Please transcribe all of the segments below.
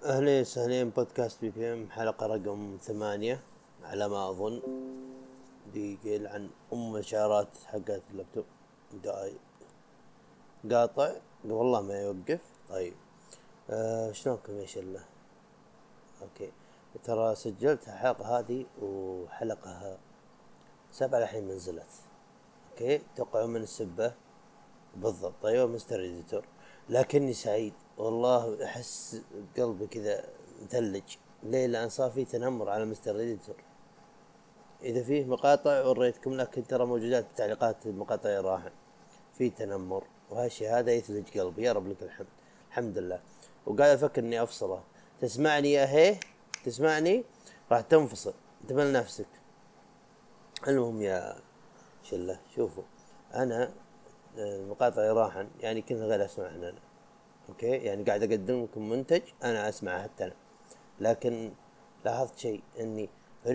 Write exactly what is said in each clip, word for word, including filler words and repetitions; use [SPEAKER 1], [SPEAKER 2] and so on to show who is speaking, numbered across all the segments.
[SPEAKER 1] أهلين وسهلين بودكاست بي بي ام حلقة رقم ثمانية على ما أظن. بيقول عن أم الشعارات حقت اللابتوب. داي قاطع والله ما يوقف. طيب آه شلونكم يا شلة؟ أوكي، ترى سجلت الحلقة هذه وحلقة سبعة الحين نزلت. أوكي، توقعوا من السبة بالضبط. أيوة مستر إديتور، لكني سعيد والله، أحس قلبي كذا مثلج. ليه؟ لأن صار في تنمر على مستر إديتور. إذا فيه مقاطع وريتكم، لكن ترى موجودات بتعليقات المقاطع راحة في تنمر، وهالشي هذا يثلج قلبي. يا رب لك الحمد، الحمد لله. وقاعد أفكر إني أفصله. تسمعني يا هيه؟ تسمعني؟ راح تنفصل، انتبه لنفسك. المهم يا شلة، شوفوا، أنا المقاطع راحا يعني كنت غير أسمعها أنا. أوكي، يعني قاعد أقدم لكم منتج أنا أسمعه حتى أنا، لكن لاحظت شيء إني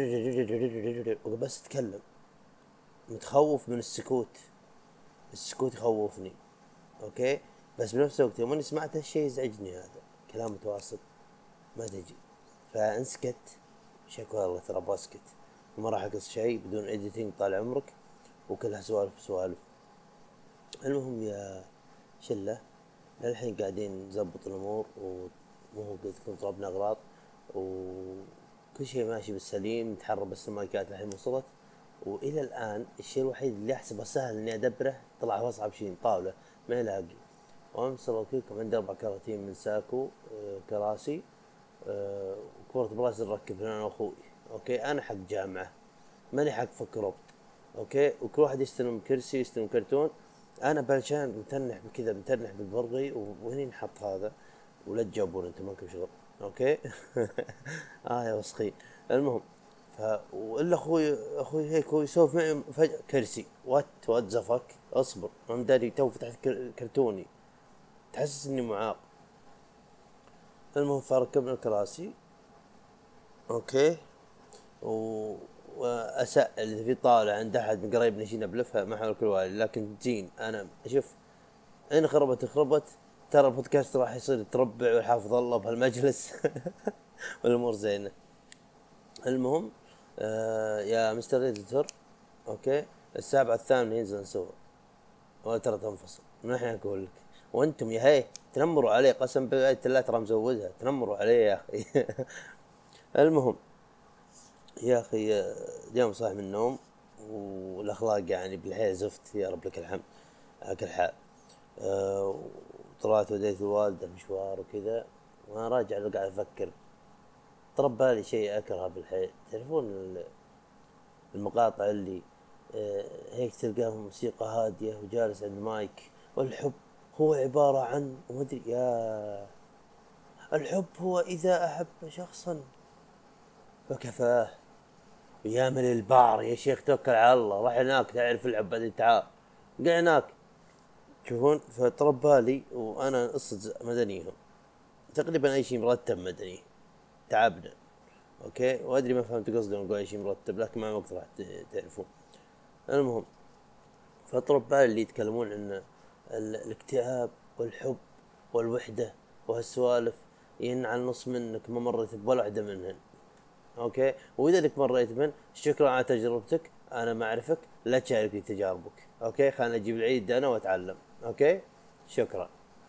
[SPEAKER 1] وبس أتكلم متخوف من السكوت. السكوت يخوفني. اوكي، بس بنفس الوقت يوم اني سمعت هالشيء يزعجني، هذا كلام متواصل ما تجي، فانسكت. شكوى الله ترى بسكت، وما راح اقص شيء بدون اديتنج طال عمرك، وكلها سوالف سوالف. المهم يا شلة، للحين قاعدين نزبط الامور، ومو قلت لكم طلبنا اغراض وكل شيء ماشي بالسليم، نتحرى بس المايكات الحين وصلت. والى الان الشيء الوحيد اللي احسبه سهل اني ادبره طلع هو اصعب شيء، طاوله ما يلاقي. وامس الله يوفقكم عندي اربع كراتين من ساكو، آه كراسي، آه وكرة براس نركب انا واخوي. اوكي، انا حق جامعه ماني حق فك ربط. اوكي، وكل واحد يستلم كرسي يستلم كرتون. انا بلشان متنح بكذا، متنح بالبرغي، وهني نحط هذا، ولا تجاوبون انتم ماكم شغل. اوكي. اه يا وسخين. المهم، ف والا اخوي اخوي هيك هو يسولف معي فجأة كرسي وات وات زفك. اصبر، ما مداري تو فتحت كرتوني، تحسس اني معاق. المهم فركبنا الكراسي. اوكي، و واسأل اذا في طالع عند احد من قريب نشينا بلفها ما حول كل والي، لكن زين انا اشوف ان خربت خربت. ترى البودكاست راح يصير تربع ويحافظ الله بهالمجلس. والامور زينه. المهم آه يا مستر اديتور، اوكي، السابعة الثامنة ينزل نسوي، ولا ترى تنفصل من الحين اقول لك. وانتم يا هي تنمروا عليه، قسم بالله الله ترى مزودها، تنمروا عليه يا اخي. المهم يا اخي، اليوم صاحي من النوم والاخلاق يعني بالحيل زفت، يا رب لك الحمد على كل حال. أه وطلعت وديت الوالدة مشوار وكذا، وانا راجع قاعد افكر، طرب بالي شيء اكره بالحيل. تعرفون المقاطع اللي أه هيك تلقاه موسيقى هادية وجالس عند مايك، والحب هو عبارة عن ومدري يا، الحب هو اذا احب شخصا فكفاه، يامل البحر يا شيخ، توكل على الله، راح هناك تعرف العب بعدين تعال قاعد هناك. تشوفون، فطرب بالي وانا قصة مدنيهم تقريبا اي شيء مرتب مدني تعبنا. اوكي، وادري ما فهمت قصدي اقول اي شيء مرتب، لكن مع الوقت راح تعرفون. المهم، فطرب بالي اللي يتكلمون عن الاكتئاب والحب والوحدة وهالسوالف، ينعل نص منك ما مرت بولا واحدة منهن. اوكي، واذا انك مريت من، شكرا على تجربتك، انا ما اعرفك، لا تشاركني تجاربك. اوكي، خلنا اجيب العيد انا واتعلم. اوكي، شكرا.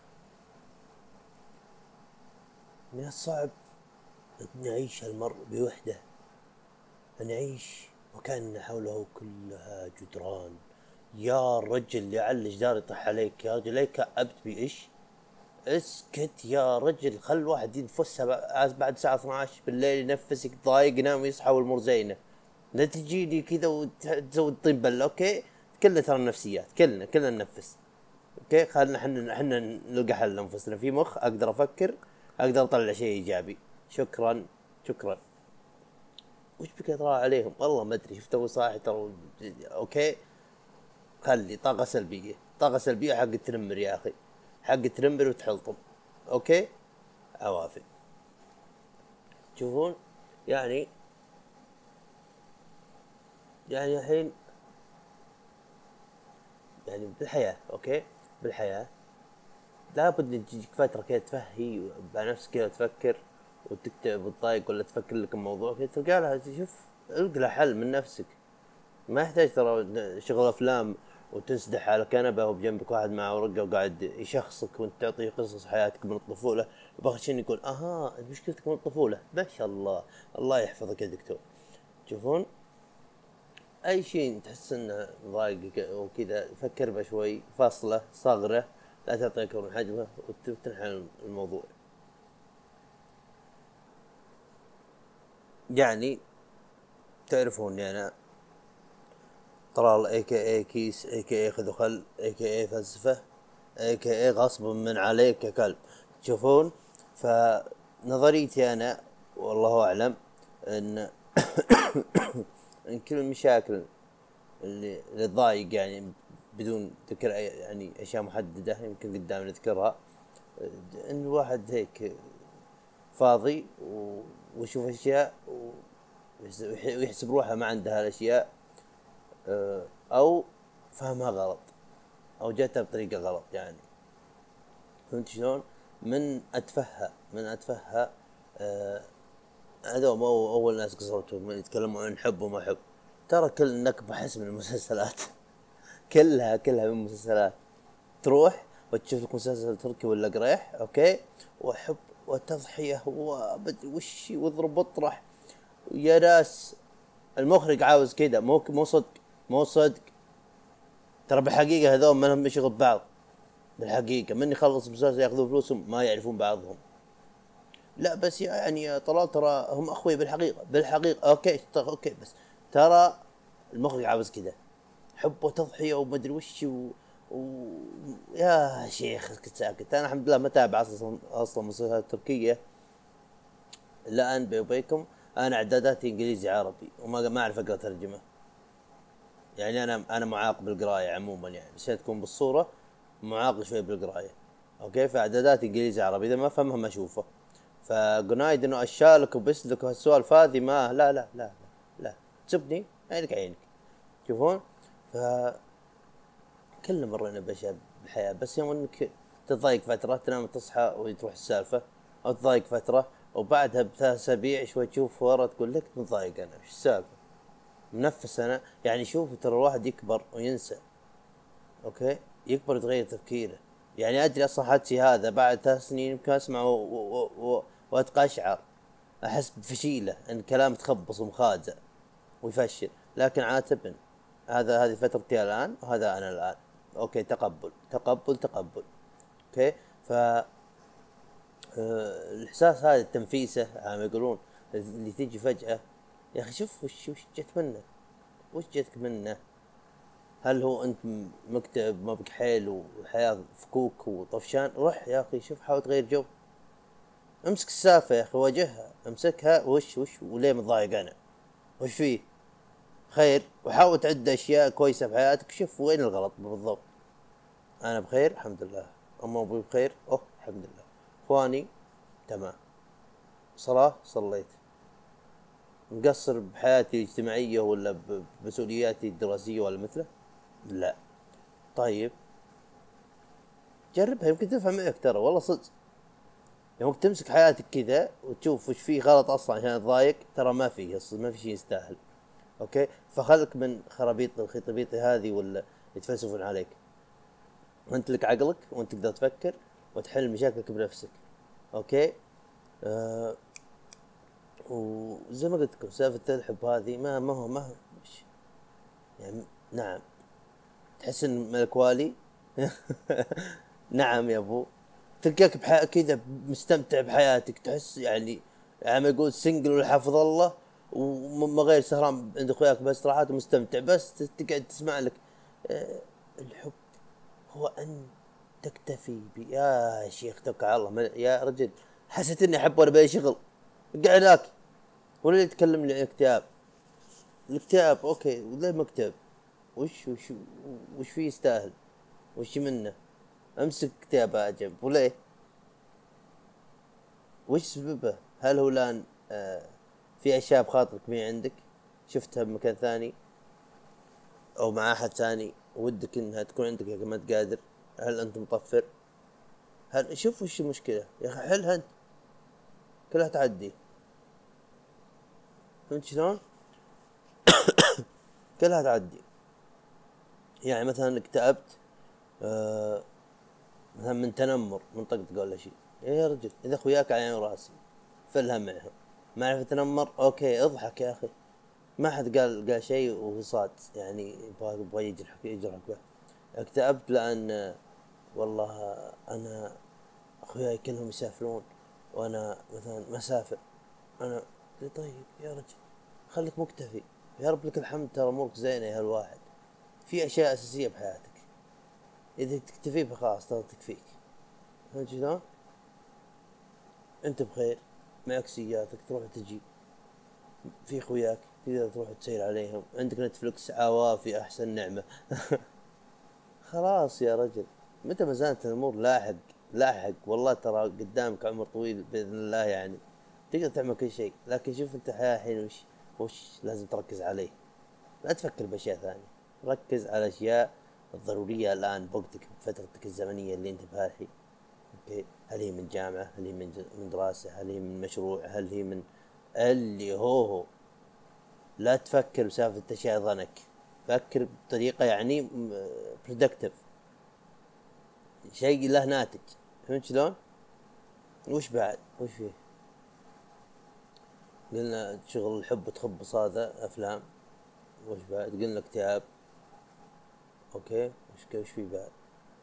[SPEAKER 1] من الصعب ان يعيش المرء بوحده، ان يعيش وكان حوله كلها جدران. يا رجل يعل جدار يطح عليك، يا رجل ليك ابت بايش؟ اسكت يا رجل، خل واحد ينفسها بعد الساعة اثنا عشر بالليل، ينفسك ضايق، ينام يصحى والامور زينه. لا تجي لي كذا وتزود طين بله. اوكي، كلنا ترى النفسيات، كلنا كلنا ننفس. اوكي، خلنا احنا احنا نلقى حل لانفسنا، في مخ اقدر افكر، اقدر اطلع شيء ايجابي. شكرا شكرا. وش بك اطلع عليهم؟ والله ما ادري، شفته صاحي ترى. اوكي، خلي طاقه سلبيه، طاقه سلبيه حق تنمر يا اخي، حق تنمر وتحلطم. اوكي، عوافي. تشوفون يعني، يعني الحين يعني بالحياة، اوكي، بالحياة لابد ان تجيك فترة كذا تفهي مع نفسك كذا تفكر، وتكتب وتضايق ولا تفكر لك الموضوع كذا، تلقى لها شوف القى لها حل من نفسك. ما يحتاج ترى شغل افلام وتنسدح على كنبه وبجنبك واحد معه ورقه وقاعد يشخصك وانت تعطيه قصص حياتك من الطفوله، وباخشين يقول اها مشكلتك من الطفوله. ما شاء الله، الله يحفظك يا دكتور. تشوفون اي شيء تحس انه ضايقك وكذا فكر به شوي، فاصله صغره، لا تعطي اكبر من حجمه وتنحل الموضوع. يعني تعرفون انا طلال اي كي اي كيس، اي كي اي خذ وخل، اي كي اي فلسفه، اي كي اي غصب من عليك يا كلب. تشوفون؟ فنظريتي انا والله اعلم ان ان كل المشاكل اللي اللي تضايق يعني بدون ذكر يعني اشياء محدده يمكن قدام نذكرها، ان الواحد هيك فاضي ويشوف اشياء ويحسب روحه ما عندها الاشياء، او فهمها غلط او جاتها بطريقه غلط. يعني فهمت شلون؟ من اتفهى من اتفهى هذول آه اول ناس قصرتهم يتكلموا عن حب وما حب. ترى كل نكبه حس من المسلسلات كلها كلها من المسلسلات. تروح وتشوف لك مسلسل تركي ولا قريح اوكي، وحب وتضحيه وش واضرب واطرح يا ناس. المخرج عاوز كذا، مو مو صدق مو صدق. ترى بالحقيقه هذول ما لهم شغل ببعض. بالحقيقه من يخلص مسلسل ياخذون فلوسهم ما يعرفون بعضهم. لا بس يعني طلال ترى هم اخوي بالحقيقه بالحقيقه اوكي اوكي بس ترى المخرج عاوز كذا، حب وتضحيه ومدري وش و... و... يا شيخ اسكت ساكت. انا الحمد لله ما تابع اصلا اصلا مسلسلات تركيه. لا انبئ وبيكم انا اعداداتي انجليزي عربي وما ما اعرف اقرا ترجمه. يعني انا انا معاق بالقرايه عموما، يعني عشان تكون بالصوره معاق شوي بالقرايه اوكي. فاعداداتي انجليزي عربي اذا ما فهمها ما اشوفه. فقنايد انه اشالك وبسلك وهالسوالف هذه ما لا لا لا لا, لا. تسبني عينك عينك. تشوفون؟ ف كلنا مرينا باشياء بالحياه، بس يوم انك تضايق فتره تنام تصحى وتروح السالفه، او تضايق فتره وبعدها بثلاث اسابيع شوي تشوف ورا تقول لك متضايق انا ايش السالفه منفس انا. يعني شوف ترى الواحد يكبر وينسى اوكي، يكبر يتغير تفكيره. يعني ادري اصلا حدسي هذا بعد ثلاث سنين يمكن اسمعه واتقشعر، احس بفشيله ان كلام تخبص ومخادع ويفشل. لكن عاتبا هذا هذه فترتي الان وهذا انا الان اوكي. تقبل تقبل تقبل اوكي. ف الاحساس هذا التنفيسه عم يقولون اللي تيجي فجاه، يا اخي شوف وش وش جت منه، وش جتك منه. هل هو انت مكتئب ما بك حيل وحياة فكوك وطفشان؟ روح يا اخي شوف حاول تغير جو، امسك السالفة يا اخي واجهها، امسكها وش وش وليه متضايق انا وش فيه خير، وحاول تعد اشياء كويسة في حياتك. شوف وين الغلط بالضبط. انا بخير الحمد لله، اما ابوي بخير اوه الحمد لله، اخواني تمام، صلاة صليت، مقصر بحياتي الاجتماعية ولا بمسؤولياتي الدراسية ولا مثله؟ لا. طيب جربها يمكن تفهم معك ترى والله صدق. يوم تمسك حياتك كذا وتشوف وش فيه غلط اصلا عشان تضايق، ترى ما فيه اصلا ما في شيء يستاهل اوكي. فخلك من خرابيط الخطبيط هذه ولا يتفلسفون عليك. وانت لك عقلك وانت تقدر تفكر وتحل مشاكلك بنفسك اوكي. آه وزي ما قلت لكم سالفة الحب هذه ما ما هو ما هو يعني نعم تحس ان ملك والي نعم يا ابو، تلقاك بح... كذا مستمتع بحياتك، تحس يعني عم يقول سنجل والحافظ الله وما غير سهران عند اخوياك بس راحات ومستمتع، بس تقعد تسمع لك. أه الحب هو ان تكتفي ب يا شيخ توكل على الله يا رجل. حسيت اني احب وانا باي شغل قاعد هناك ولا يتكلم لي عن الاكتئاب. الاكتئاب اوكي ولا مكتئب وش وش وش فيه يستاهل وش منه؟ امسك كتاب اعجب وليه؟ وش سببه؟ هل هو لان آه في اشياء بخاطرك مي عندك شفتها بمكان ثاني او مع احد ثاني ودك انها تكون عندك لكن ما تقادر؟ هل انت مطفر؟ هل شوف وش المشكله يا اخي حلها انت. كلها تعدي. فهمت شلون؟ كلها تعدي. يعني مثلا اكتئبت آه مثلا من تنمر من طقطقه ولا شيء، يا رجل اذا اخوياك على عيني وراسي فلها معهم، ما عرفت تنمر اوكي اضحك يا اخي، ما حد قال قال شيء وصاد يعني يبغى يبغى يجرحك يجرحك به. اكتئبت لان والله انا اخوياي كلهم يسافرون وانا مثلا مسافر. انا طيب يا رجل خليك مكتفي، يا رب لك الحمد ترى امورك زينه يا هالواحد، في اشياء اساسيه بحياتك اذا تكتفي فخلاص ترى تكفيك. فهمت شلون؟ انت بخير معك سيارتك تروح تجي، في خوياك تقدر تروح تسير عليهم، عندك نتفلكس عوافي احسن نعمه. خلاص يا رجل متى ما زالت الامور لاحق لاحق والله ترى قدامك عمر طويل باذن الله، يعني تقدر تعمل كل شيء. لكن شوف انت الحياه الحين وش وش لازم تركز عليه، لا تفكر باشياء ثانيه، ركز على الاشياء الضروريه الان بوقتك بفترتك الزمنيه اللي انت بها الحين. اوكي، هل هي من جامعه، هل هي من من دراسه، هل هي من مشروع، هل هي من اللي هو, هو. لا تفكر بسالفه اشياء ظنك، فكر بطريقه يعني برودكتيف، شيء له ناتج. فهمت شلون؟ وش بعد وش فيه؟ قلنا شغل الحب تخبص هذا افلام. وش بعد؟ قلنا اكتئاب. اوكي وش وش فيه بعد؟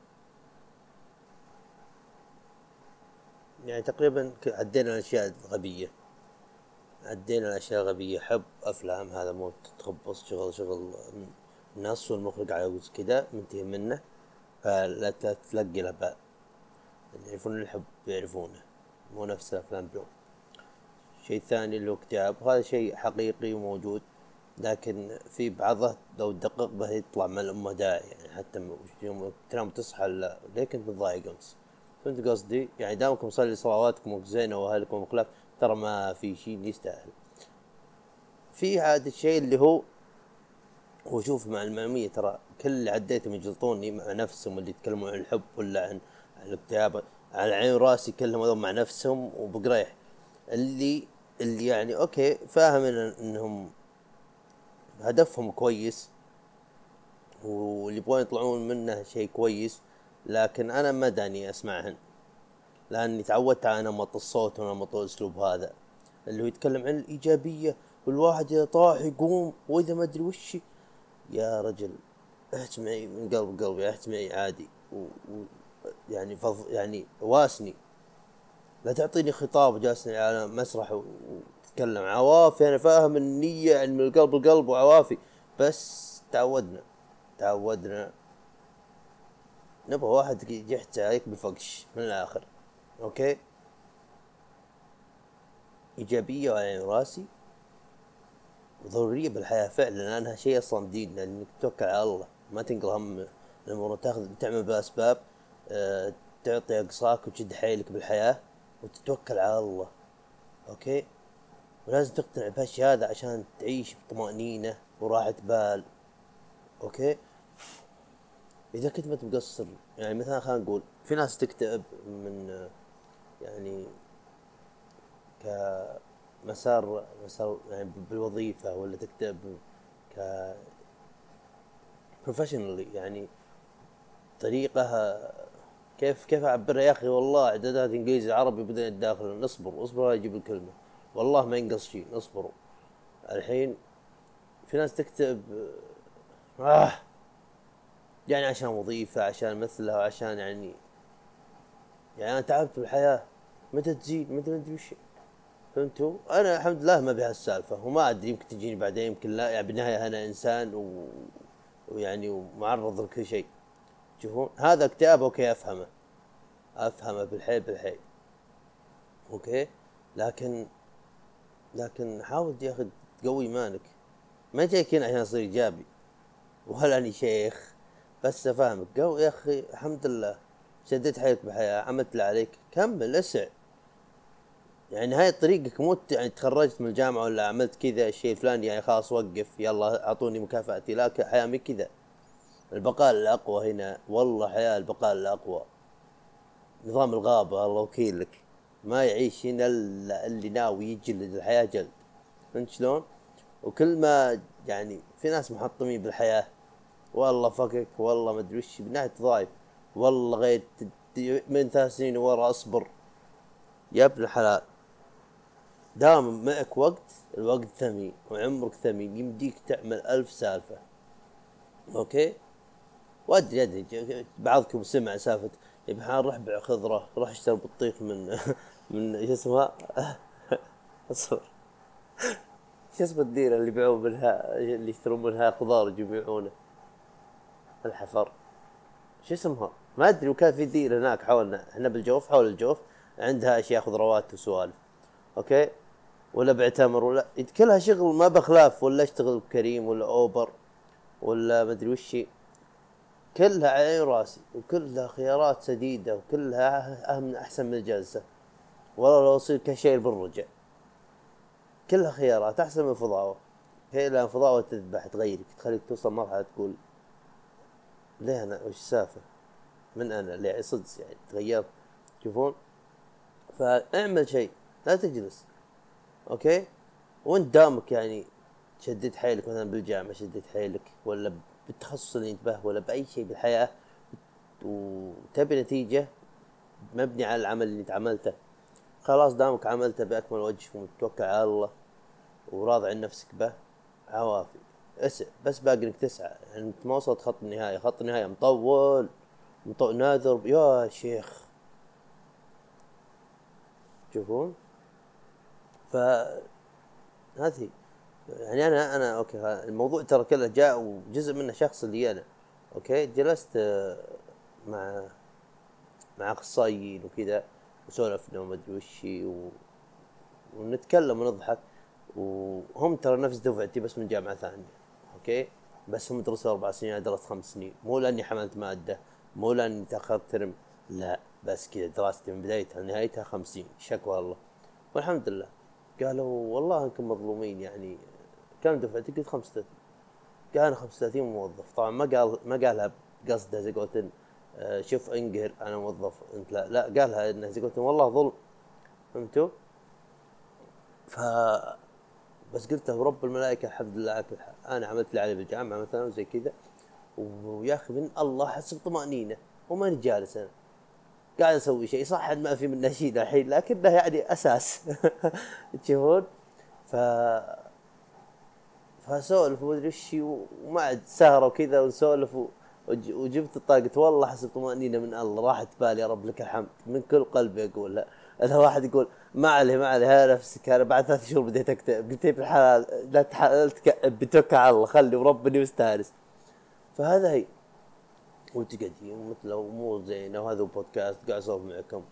[SPEAKER 1] يعني تقريبا عدينا الاشياء الغبيه، عدينا الاشياء الغبيه، حب افلام هذا مو تخبص، شغل شغل النص والمخرج على وجه كذا منتهي منه، فلا تلقي له بال. اللي يعرفون الحب يعرفونه، مو نفس الافلام بلو. شيء ثاني اللي هو اكتئاب، هذا شيء حقيقي وموجود، لكن في بعضه لو دقق به يطلع من الأمة داعي. يعني حتى يوم تنام تصحى ليه كنت متضايق أمس، فهمت قصدي؟ يعني دامكم مصلي صلواتكم زينة وأهلكم وخلاف ترى ما في شيء يستاهل. في هذا الشيء اللي هو وشوف مع المعلومية ترى كل اللي عديتهم يجلطوني مع نفسهم، اللي يتكلمون عن الحب ولا عن الاكتئاب على عين راسي كلهم هذول مع نفسهم وبقريح. اللي اللي يعني اوكي فاهم إن انهم هدفهم كويس واللي يبغون يطلعون منه شيء كويس، لكن انا ما داني اسمعهن لاني تعودت على نمط الصوت ونمط الاسلوب هذا اللي هو يتكلم عن الايجابيه، والواحد اذا طاح يقوم واذا ما ادري وش. يا رجل احت معي من قلب قلبي، احت معي عادي و... و... يعني فض... يعني واسني، لا تعطيني خطاب جالسني على مسرح وتتكلم عوافي. انا فاهم النية يعني من القلب القلب وعوافي، بس تعودنا تعودنا نبغى واحد يحتى عليك بالفقش من الاخر. اوكي ايجابية وعلى راسي وضرورية بالحياة فعلا، لانها شيء اصلا دين، لانك توكل على الله ما تنقل هم الامور، تاخذ تعمل باسباب، أه تعطي اقصاك وتشد حيلك بالحياة وتتوكل على الله. اوكي ولازم تقتنع بهالشي هذا عشان تعيش بطمأنينة وراحة بال. اوكي اذا كنت ما تقصر، يعني مثلا خلينا نقول في ناس تكتئب من يعني كمسار مسار يعني بالوظيفة، ولا تكتئب ك professionally يعني طريقة كيف كيف اعبرها يا اخي، والله اعدادات انجليزي عربي بدنا الداخل، نصبر اصبر اجيب الكلمة، والله ما ينقص شيء نصبروا. الحين في ناس تكتب آه يعني عشان وظيفة، عشان مثلها، عشان يعني يعني أنا تعبت بالحياة متى تزيد متى ما أدري وش. فهمتوا؟ أنا الحمد لله ما بهالسالفة، وما أدري يمكن تجيني بعدين يمكن لا، يعني بالنهاية أنا إنسان و... ويعني ومعرض لكل شيء. تشوفون هذا اكتئاب أوكي أفهمه أفهمه بالحيل بالحيل أوكي، لكن لكن حاول يا أخي تقوي إيمانك، ما جايك هنا عشان أصير إيجابي ولا أني شيخ، بس أفهمك قو يا أخي الحمد لله شديت حيلك بحياة، عملت اللي عليك، كمل اسع. يعني هاي طريقك مو يعني تخرجت من الجامعة ولا عملت كذا الشيء الفلاني يعني خلاص وقف يلا اعطوني مكافأتي، لا حياة مي كذا. البقاء الأقوى هنا، والله حياة البقاء الأقوى. نظام الغابة الله وكيلك، ما يعيش هنا إلا اللي ناوي يجلد الحياة جلد. فهمت شلون؟ وكل ما يعني في ناس محطمين بالحياة، والله فكك، والله ما ادري وش من ناحية ضايف، والله غير من ثلاث سنين ورا اصبر. يا ابن الحلال، دام معك وقت، الوقت ثمين وعمرك ثمين، يمديك تعمل ألف سالفة. اوكي، وادري ادري بعضكم سمع سالفة يبحان روح بيع خضرة، روح اشتري بطيخ من من شو اسمها اصبر شو اسمه الديره اللي يبيعون منها، اللي يشترون منها خضار يبيعونه، الحفر، شو اسمها ما ادري. وكان في ديره هناك حولنا، احنا بالجوف حول الجوف، عندها اشياء خضروات وسوالف. اوكي، ولا بعتمر ولا كلها شغل ما بخلاف، ولا اشتغل بكريم ولا اوبر ولا ما ادري وش، كلها على راسي، وكلها خيارات سديده، وكلها اهم احسن من الجلسه. والله لو اصير كاشير بالرجع، كلها خيارات احسن من فضاوه. هي لا فضاوه تذبح تغيرك، تخليك توصل مرحله تقول ليه انا وش السالفه، من انا اللي صدق يعني تغيرت. تشوفون؟ فاعمل شيء، لا تجلس. اوكي، وانت دامك يعني شديت حيلك مثلا بالجامعة، شديت حيلك ولا بالتخصص اللي انتبه، ولا بأي شيء بالحياة، وتبي نتيجة مبني على العمل اللي انت عملته، خلاص دامك عملته بأكمل وجه ومتوكل على الله وراضي عن نفسك به، عوافي اسع. بس باقي انك تسعى، يعني انت ما وصلت خط النهاية. خط النهاية مطول مطول ناذر يا شيخ. تشوفون؟ فهذه يعني انا انا اوكي، الموضوع ترى كله جاء وجزء منه شخص اللي انا اوكي جلست آه، مع مع اخصائيين وكذا، وسولفنا وما ادري وش، و... ونتكلم ونضحك. وهم ترى نفس دفعتي بس من جامعة ثانية. اوكي، بس هم درسوا اربع سنين، انا درست خمس سنين. مو لاني حملت مادة، مو لاني تاخرت ترم، لا، بس كذا دراستي من بدايتها لنهايتها خمسين شكوى الله والحمد لله. قالوا والله انكم مظلومين، يعني كم دفعتي؟ قلت خمسة وثلاثين. قال انا خمسة وثلاثين موظف. طبعا ما قال ما قالها بقصده زي قلت آه شوف انقهر انا موظف انت لا لا، قالها انه زي قلت والله ظلم. فهمتوا؟ ف بس قلت له رب الملائكه الحمد لله على كل حال، انا عملت اللي علي بالجامعه مثلا وزي كذا، ويا اخي من الله حسب طمانينه، وماني جالس انا قاعد اسوي شيء صح ما في منه شيء الحين، لكنه يعني اساس. تشوفون؟ ف فسولف ومدري وش، وما عاد سهره وكذا ونسولف، وجبت الطاقة والله حسب طمأنينة من الله، راحت بالي يا رب لك الحمد من كل قلبي اقول لا. اذا واحد يقول ما عليه ما عليه نفسك، انا بعد ثلاث شهور بديت اكتئب، قلت في الحلال لا تكئب، بتوكل على الله خلي وربني مستانس. فهذا هي، وتقعدي مثل امور زينه، وهذا بودكاست قاعد اصور معكم.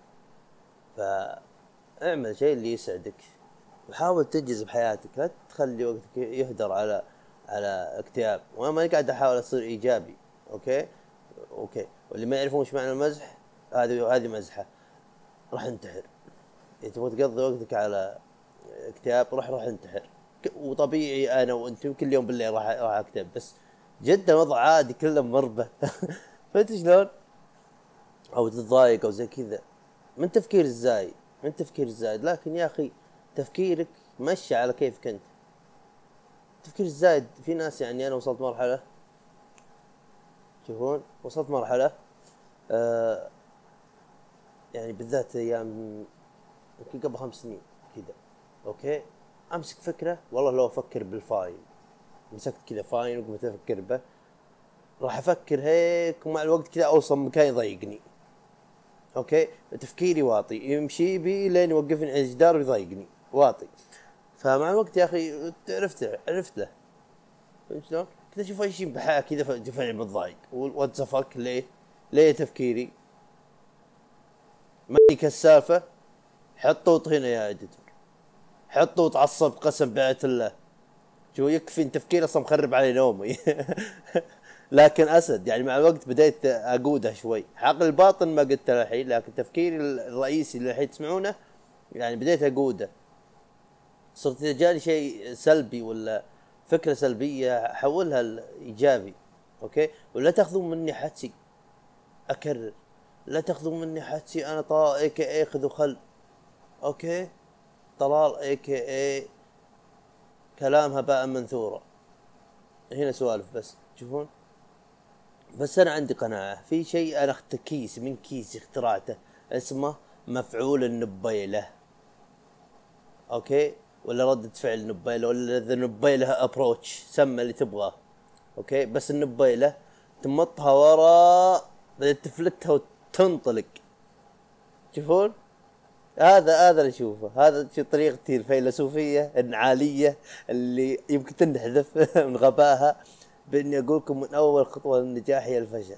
[SPEAKER 1] فاعمل شيء اللي يسعدك، وحاول تنجز بحياتك، لا تخلي وقتك يهدر على على اكتئاب. وانا ما قاعد احاول اصير ايجابي. اوكي اوكي واللي ما يعرفون ايش معنى المزح، هذه هذه مزحه، راح انتحر. اذا تبغى تقضي وقتك على اكتئاب روح روح انتحر. وطبيعي انا وانت كل يوم بالليل راح راح اكتئب، بس جدا وضع عادي كله مربه. فهمت شلون؟ او تتضايق او زي كذا، من تفكير الزايد، من تفكير الزايد. لكن يا اخي تفكيرك مشي على كيفك انت. تفكير الزايد في ناس، يعني انا وصلت مرحله، تشوفون وصلت مرحله آه يعني بالذات ايام يمكن قبل خمس سنين كذا. اوكي، امسك فكره والله لو افكر بالفاين، مسكت كذا فاين وقمت افكر به، راح افكر هيك، ومع الوقت كذا اوصل مكان يضايقني. اوكي، تفكيري واطي يمشي بي لين يوقفني على الجدار ويضايقني واطي. فمع الوقت يا اخي عرفت عرفت له. فهمت شلون؟ كذا اشوف اي شيء بحياتي كذا دفعني متضايق، واتزفك ليه؟ ليه تفكيري؟ مالك السالفه؟ حطوط هنا يا اديتور، حطوط عصب قسم بعت الله. شو يكفي التفكير اصلا مخرب علي نومي. لكن اسد يعني مع الوقت بديت اقودها شوي. عقل الباطن ما قلت الحين، لكن تفكيري الرئيسي اللي الحين تسمعونه يعني بديت اقوده. صرت اذا جاني شيء سلبي ولا فكره سلبيه احولها لايجابي. اوكي، ولا تاخذون مني حدسي، اكرر، لا تاخذون مني حدسي انا طائك اخذ وخل. اوكي، طلال اي كي اي كلام هباء منثورا. هنا سوالف بس تشوفون. بس انا عندي قناعة في شيء، انا اخت كيس من كيس اختراعته اسمه مفعول النبيلة. اوكي، ولا ردة فعل نبيلة، ولا اذا نبيلة ابروتش، سمى اللي تبغاه. اوكي، بس النبيلة تمطها ورا بعدين تفلتها وتنطلق. تشوفون؟ هذا هذا اللي اشوفه، هذا شي طريقتي الفيلسوفية النعالية اللي يمكن تنحذف من غباها، باني اقولكم من اول خطوة للنجاح هي الفشل.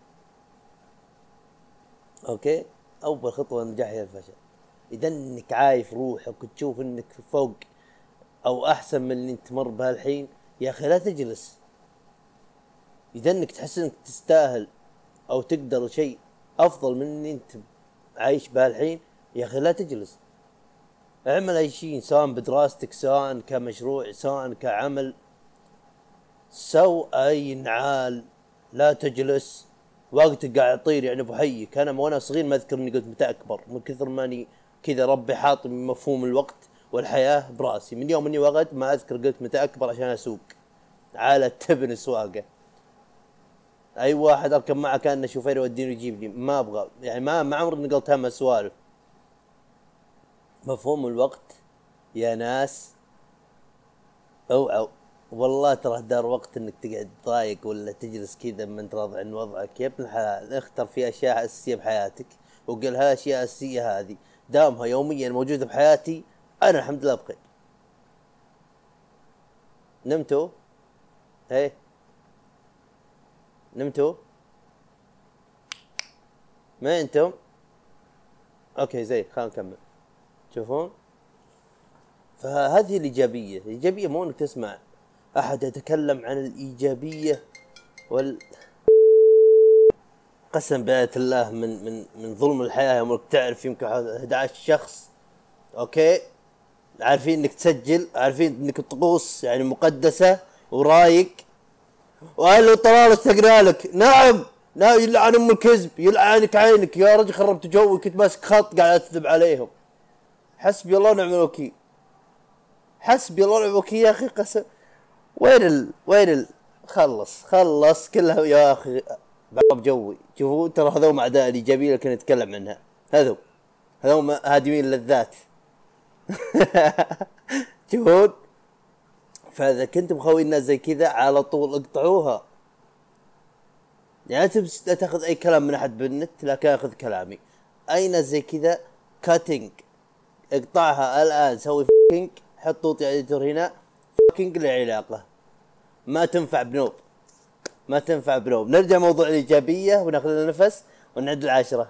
[SPEAKER 1] اوكي، اول خطوة للنجاح هي الفشل. اذا انك عايف روحك وتشوف انك فوق او احسن من اللي انت تمر بها الحين، يا اخي لا تجلس. اذا انك تحس انك تستاهل او تقدر شيء افضل من اللي انت عايش بها الحين، يا اخي لا تجلس. اعمل اي شيء، سواء بدراستك، سواء كمشروع، سواء كعمل. سو اي نعال، لا تجلس. وقتك قاعد يطير يعني ابو حيك. انا وانا صغير ما اذكر اني قلت متى اكبر، من كثر ماني كذا ربي حاط مفهوم الوقت والحياة براسي. من يوم اني وقت ما اذكر قلت متى اكبر عشان اسوق على تبن سواقه. اي واحد اركب معه كانه شوفير يوديني ويجيبني، ما ابغى يعني، ما ما عمري نقلت هم السوالف. مفهوم الوقت يا ناس اوعوا. والله ترى دار وقت انك تقعد ضايق ولا تجلس كذا ما انت راضي عن وضعك. يا ابن الحلال اختر في اشياء اساسيه بحياتك وقل هالاشياء الاساسيه هذه دامها يوميا موجوده بحياتي انا الحمد لله بخير. نمتوا؟ ايه نمتوا؟ ما انتم؟ اوكي زي خلينا نكمل. تشوفون؟ فهذه الايجابيه. الايجابيه مو انك تسمع احد يتكلم عن الايجابيه وال قسم بآية الله من من من ظلم الحياه. يوم تعرف يمكن احد عشر شخص اوكي عارفين انك تسجل، عارفين انك طقوس يعني مقدسه ورايق، وقالوا طلال اشتقنا لك. نعم نعم، يلعن ام الكذب، يلعنك عينك يا رجل، خربت جوي، كنت ماسك خط قاعد اكذب عليهم. حسبي الله ونعم الوكيل، حسبي الله ونعم الوكيل يا اخي. قسم وين ال... وين ال... خلص خلص كلها يا اخي بعض جوي. شوفوا ترى هذول اعداء الايجابيه اللي كنا نتكلم عنها، هذول هذول هادمين اللذات. شوفون. فاذا كنتم مخوين الناس زي كذا على طول اقطعوها. يعني لا تاخذ اي كلام من احد بالنت، لكن اخذ كلامي. اي ناس زي كذا كاتنج، اقطعها الان. سوي فكينج، حط طوطي اديتور هنا. فكينج لعلاقه ما تنفع بنوب، ما تنفع بنوب. نرجع موضوع الايجابيه وناخذ لنا نفس ونعد العاشره.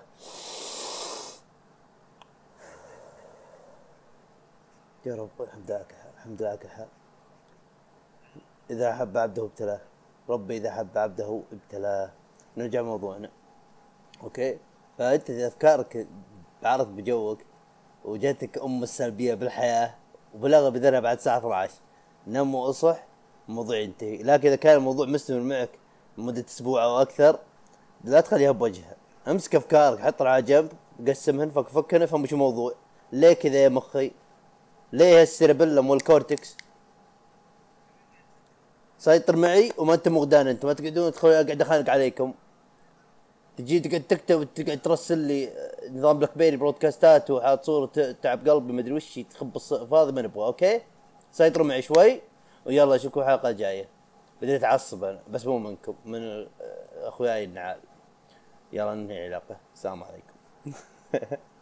[SPEAKER 1] يا رب الحمد لله الحمد لله الحال. اذا احب عبده ابتلاه، ربي اذا احب عبده ابتلاه. نرجع موضوعنا. اوكي، فانت اذا افكارك عرض بجوك وجاتك ام السلبيه بالحياه وبلاغ بذنها بعد الساعه اثنا عشر، نم واصح، الموضوع ينتهي. لكن اذا كان الموضوع مستمر معك مده اسبوع او اكثر، لا تخليها بوجهها. امسك افكارك، حطها على جنب، قسمهن، فك فكهن، افهم وش الموضوع. ليه كذا يا مخي؟ ليه السيربيلم والكورتكس سيطر معي وما انت مغدان؟ انت ما تقعدون تدخلون اقعد اخانق عليكم. تجي تقعد تكتب وتقعد ترسل لي نظام بلاك بيري برودكاستات وحاط صورة تعب قلبي مدري وش تخبص فاضي. ما نبغى. اوكي سيطروا معي شوي ويلا اشوفكم الحلقة الجاية. بديت اتعصب انا بس مو منكم، من اخوياي النعال. يلا ننهي العلاقة. السلام عليكم.